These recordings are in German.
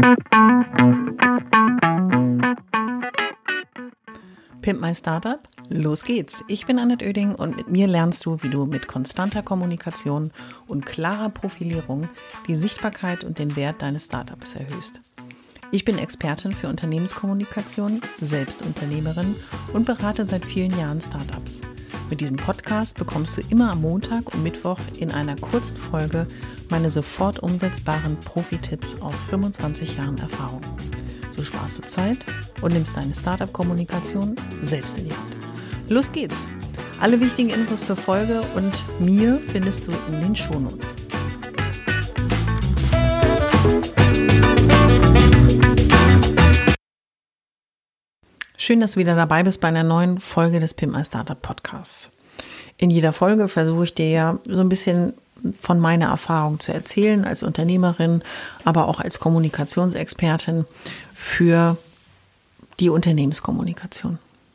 Pimp My Startup, los geht's. Ich bin Annette Oeding und mit mir lernst du, wie du mit konstanter Kommunikation und klarer Profilierung die Sichtbarkeit und den Wert deines Startups erhöhst. Ich bin Expertin für Unternehmenskommunikation, selbst Unternehmerin und berate seit vielen Jahren Startups. Mit diesem Podcast bekommst du immer am Montag und Mittwoch in einer kurzen Folge meine sofort umsetzbaren Profi-Tipps aus 25 Jahren Erfahrung. So sparst du Zeit und nimmst deine Startup-Kommunikation selbst in die Hand. Los geht's! Alle wichtigen Infos zur Folge und mir findest du in den Shownotes. Schön, dass du wieder dabei bist bei einer neuen Folge des Pimp My Startup Podcasts. In jeder Folge versuche ich dir ja so ein bisschen von meiner Erfahrung zu erzählen als Unternehmerin, aber auch als Kommunikationsexpertin für die Unternehmenskommunikation.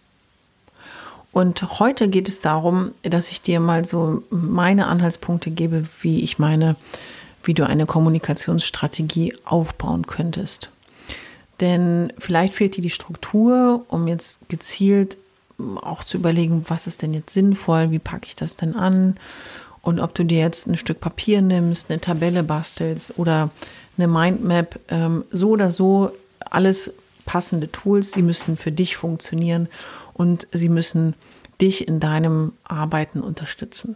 Und heute geht es darum, dass ich dir mal so meine Anhaltspunkte gebe, wie du eine Kommunikationsstrategie aufbauen könntest. Denn vielleicht fehlt dir die Struktur, um jetzt gezielt auch zu überlegen, was ist denn jetzt sinnvoll, wie packe ich das denn an? Und ob du dir jetzt ein Stück Papier nimmst, eine Tabelle bastelst oder eine Mindmap, so oder so, alles passende Tools, sie müssen für dich funktionieren und sie müssen dich in deinem Arbeiten unterstützen.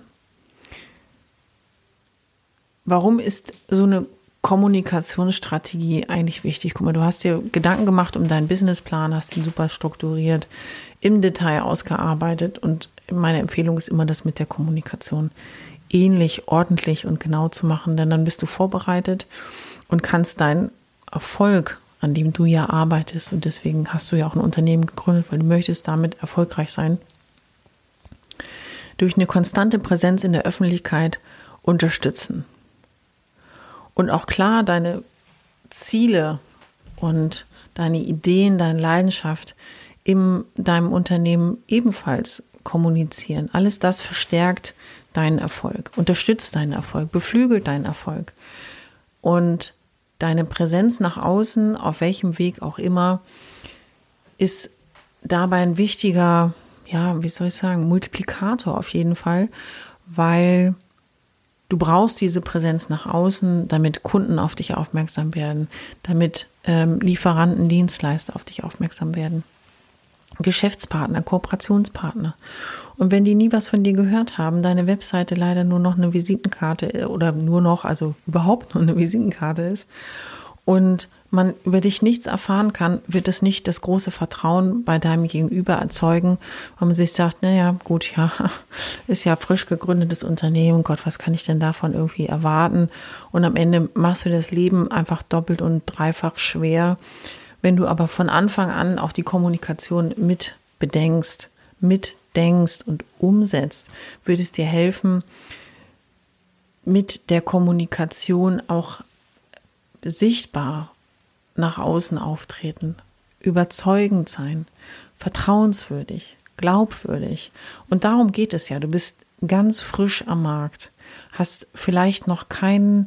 Warum ist so eine Kommunikationsstrategie eigentlich wichtig? Guck mal, du hast dir Gedanken gemacht um deinen Businessplan, hast ihn super strukturiert, im Detail ausgearbeitet und meine Empfehlung ist immer, das mit der Kommunikation ähnlich, ordentlich und genau zu machen, denn dann bist du vorbereitet und kannst deinen Erfolg, an dem du ja arbeitest, und deswegen hast du ja auch ein Unternehmen gegründet, weil du möchtest damit erfolgreich sein, durch eine konstante Präsenz in der Öffentlichkeit unterstützen. Und auch klar deine Ziele und deine Ideen, deine Leidenschaft in deinem Unternehmen ebenfalls kommunizieren. Alles das verstärkt deinen Erfolg, unterstützt deinen Erfolg, beflügelt deinen Erfolg. Und deine Präsenz nach außen, auf welchem Weg auch immer, ist dabei ein wichtiger, Multiplikator auf jeden Fall, weil du brauchst diese Präsenz nach außen, damit Kunden auf dich aufmerksam werden, damit Lieferanten, Dienstleister auf dich aufmerksam werden. Geschäftspartner, Kooperationspartner. Und wenn die nie was von dir gehört haben, deine Webseite leider nur noch eine Visitenkarte oder überhaupt nur eine Visitenkarte ist und man über dich nichts erfahren kann, wird es nicht das große Vertrauen bei deinem Gegenüber erzeugen, weil man sich sagt, ist ja frisch gegründetes Unternehmen, Gott, was kann ich denn davon irgendwie erwarten? Und am Ende machst du das Leben einfach doppelt und dreifach schwer. Wenn du aber von Anfang an auch die Kommunikation mit bedenkst, mitdenkst und umsetzt, wird es dir helfen, mit der Kommunikation auch sichtbar nach außen auftreten, überzeugend sein, vertrauenswürdig, glaubwürdig. Und darum geht es ja. Du bist ganz frisch am Markt, hast vielleicht noch keine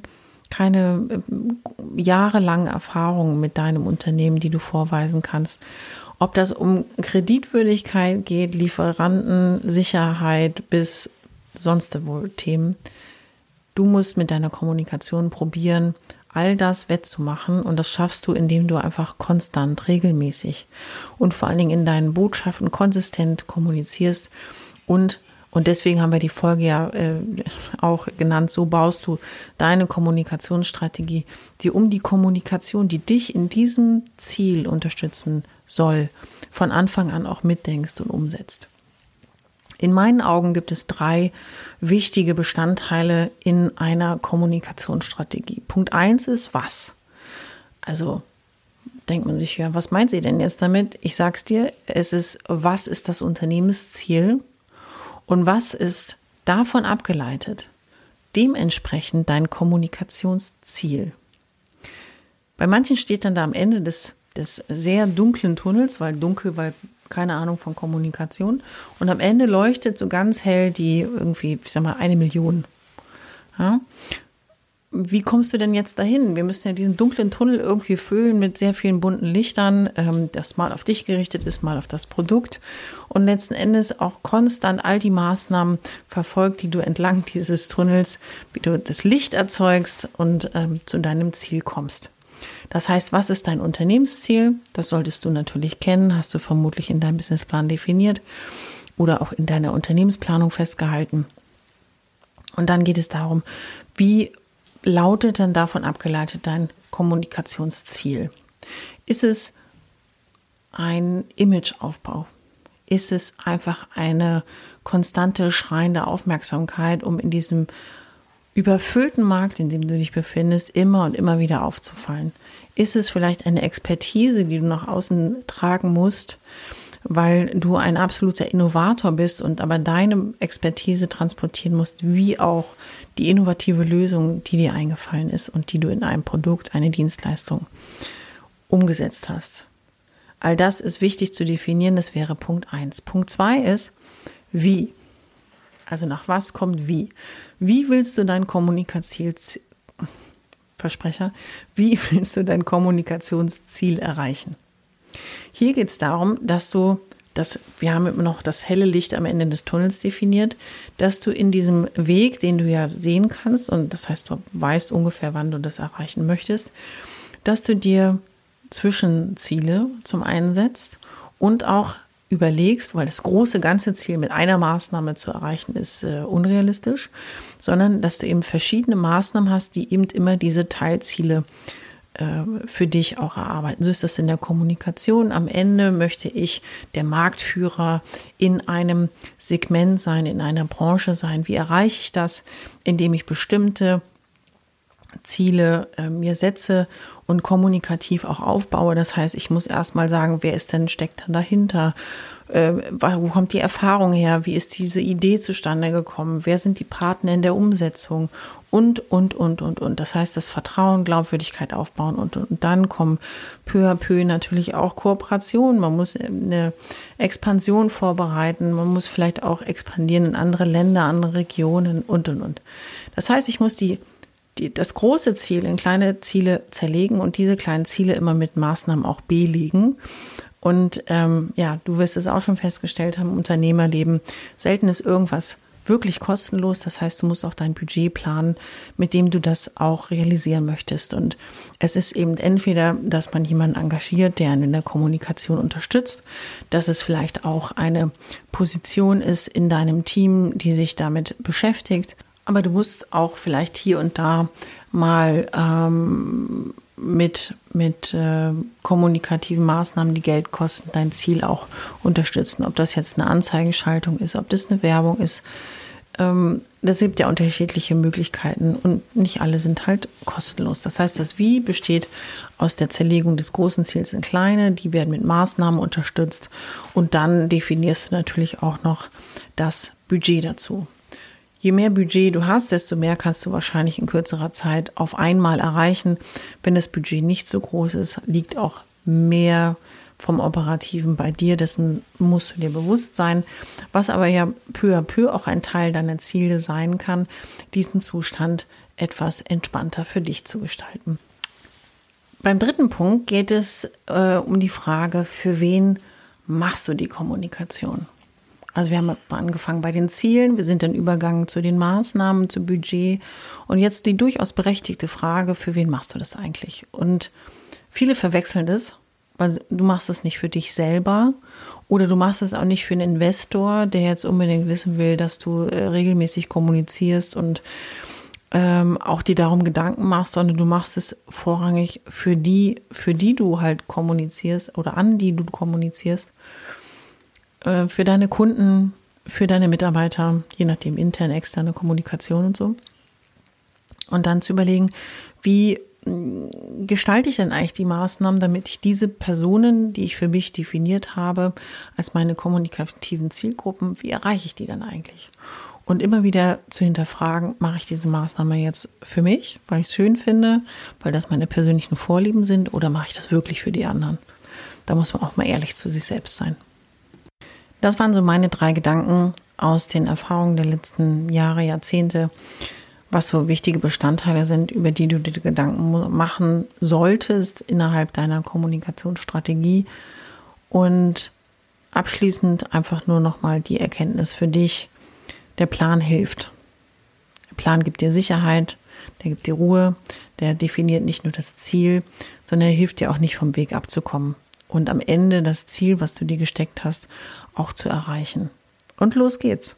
jahrelange Erfahrung mit deinem Unternehmen, die du vorweisen kannst. Ob das um Kreditwürdigkeit geht, Lieferanten, Sicherheit bis sonst wo Themen. Du musst mit deiner Kommunikation probieren, all das wettzumachen, und das schaffst du, indem du einfach konstant, regelmäßig und vor allen Dingen in deinen Botschaften konsistent kommunizierst und deswegen haben wir die Folge ja auch genannt, so baust du deine Kommunikationsstrategie, die um die Kommunikation, die dich in diesem Ziel unterstützen soll, von Anfang an auch mitdenkst und umsetzt. In meinen Augen gibt es 3 wichtige Bestandteile in einer Kommunikationsstrategie. Punkt 1 ist was? Also denkt man sich, ja, was meint sie denn jetzt damit? Ich sag's dir, was ist das Unternehmensziel? Und was ist davon abgeleitet? Dementsprechend dein Kommunikationsziel. Bei manchen steht dann da am Ende des sehr dunklen Tunnels, weil keine Ahnung von Kommunikation. Und am Ende leuchtet so ganz hell die irgendwie, 1 Million. Ja? wie kommst du denn jetzt dahin? Wir müssen ja diesen dunklen Tunnel irgendwie füllen mit sehr vielen bunten Lichtern, das mal auf dich gerichtet ist, mal auf das Produkt und letzten Endes auch konstant all die Maßnahmen verfolgt, die du entlang dieses Tunnels, wie du das Licht erzeugst und zu deinem Ziel kommst. Das heißt, was ist dein Unternehmensziel? Das solltest du natürlich kennen, hast du vermutlich in deinem Businessplan definiert oder auch in deiner Unternehmensplanung festgehalten. Und dann geht es darum, wie lautet dann davon abgeleitet dein Kommunikationsziel? Ist es ein Imageaufbau? Ist es einfach eine konstante, schreiende Aufmerksamkeit, um in diesem überfüllten Markt, in dem du dich befindest, immer und immer wieder aufzufallen? Ist es vielleicht eine Expertise, die du nach außen tragen musst, weil du ein absoluter Innovator bist und aber deine Expertise transportieren musst, wie auch die innovative Lösung, die dir eingefallen ist und die du in einem Produkt, eine Dienstleistung umgesetzt hast. All das ist wichtig zu definieren, das wäre Punkt 1. Punkt 2 ist, wie. Also nach was kommt wie. Wie willst du dein wie willst du dein Kommunikationsziel erreichen? Hier geht es darum, dass wir haben immer noch das helle Licht am Ende des Tunnels definiert, dass du in diesem Weg, den du ja sehen kannst, und das heißt, du weißt ungefähr, wann du das erreichen möchtest, dass du dir Zwischenziele zum einen setzt und auch überlegst, weil das große ganze Ziel mit einer Maßnahme zu erreichen ist unrealistisch, sondern dass du eben verschiedene Maßnahmen hast, die eben immer diese Teilziele für dich auch erarbeiten. So ist das in der Kommunikation. Am Ende möchte ich der Marktführer in einem Segment sein, in einer Branche sein. Wie erreiche ich das? Indem ich bestimmte Ziele mir setze und kommunikativ auch aufbaue. Das heißt, ich muss erstmal sagen, steckt dann dahinter? Wo kommt die Erfahrung her? Wie ist diese Idee zustande gekommen? Wer sind die Partner in der Umsetzung? Und. Das heißt, das Vertrauen, Glaubwürdigkeit aufbauen und dann kommen peu à peu natürlich auch Kooperationen. Man muss eine Expansion vorbereiten. Man muss vielleicht auch expandieren in andere Länder, andere Regionen und. Das heißt, ich muss das große Ziel in kleine Ziele zerlegen und diese kleinen Ziele immer mit Maßnahmen auch belegen. Und du wirst es auch schon festgestellt haben, im Unternehmerleben, selten ist irgendwas wirklich kostenlos. Das heißt, du musst auch dein Budget planen, mit dem du das auch realisieren möchtest. Und es ist eben entweder, dass man jemanden engagiert, der einen in der Kommunikation unterstützt, dass es vielleicht auch eine Position ist in deinem Team, die sich damit beschäftigt. Aber du musst auch vielleicht hier und da mal mit kommunikativen Maßnahmen, die Geld kosten, dein Ziel auch unterstützen. Ob das jetzt eine Anzeigenschaltung ist, ob das eine Werbung ist. Das gibt ja unterschiedliche Möglichkeiten und nicht alle sind halt kostenlos. Das heißt, das Wie besteht aus der Zerlegung des großen Ziels in kleine, die werden mit Maßnahmen unterstützt und dann definierst du natürlich auch noch das Budget dazu. Je mehr Budget du hast, desto mehr kannst du wahrscheinlich in kürzerer Zeit auf einmal erreichen. Wenn das Budget nicht so groß ist, liegt auch mehr vom Operativen bei dir. Dessen musst du dir bewusst sein. Was aber ja peu à peu auch ein Teil deiner Ziele sein kann, diesen Zustand etwas entspannter für dich zu gestalten. Beim dritten Punkt geht es um die Frage, für wen machst du die Kommunikation? Also wir haben angefangen bei den Zielen, wir sind dann übergegangen zu den Maßnahmen, zu Budget und jetzt die durchaus berechtigte Frage, für wen machst du das eigentlich? Und viele verwechseln das, weil du machst es nicht für dich selber oder du machst es auch nicht für einen Investor, der jetzt unbedingt wissen will, dass du regelmäßig kommunizierst und auch dir darum Gedanken machst, sondern du machst es vorrangig für die du halt kommunizierst oder an die du kommunizierst. Für deine Kunden, für deine Mitarbeiter, je nachdem interne, externe Kommunikation und so. Und dann zu überlegen, wie gestalte ich denn eigentlich die Maßnahmen, damit ich diese Personen, die ich für mich definiert habe, als meine kommunikativen Zielgruppen, wie erreiche ich die dann eigentlich? Und immer wieder zu hinterfragen, mache ich diese Maßnahme jetzt für mich, weil ich es schön finde, weil das meine persönlichen Vorlieben sind, oder mache ich das wirklich für die anderen? Da muss man auch mal ehrlich zu sich selbst sein. Das waren so meine 3 Gedanken aus den Erfahrungen der letzten Jahre, Jahrzehnte. was so wichtige Bestandteile sind, über die du dir Gedanken machen solltest innerhalb deiner Kommunikationsstrategie. Und abschließend einfach nur nochmal die Erkenntnis für dich: Der Plan hilft. Der Plan gibt dir Sicherheit, der gibt dir Ruhe, der definiert nicht nur das Ziel, sondern er hilft dir auch nicht vom Weg abzukommen und am Ende das Ziel, was du dir gesteckt hast, auch zu erreichen. Und los geht's.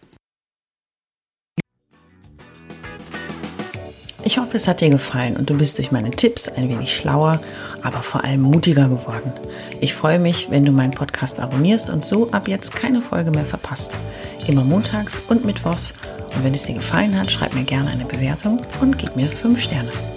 Ich hoffe, es hat dir gefallen und du bist durch meine Tipps ein wenig schlauer, aber vor allem mutiger geworden. Ich freue mich, wenn du meinen Podcast abonnierst und so ab jetzt keine Folge mehr verpasst. Immer montags und mittwochs. Und wenn es dir gefallen hat, schreib mir gerne eine Bewertung und gib mir 5 Sterne.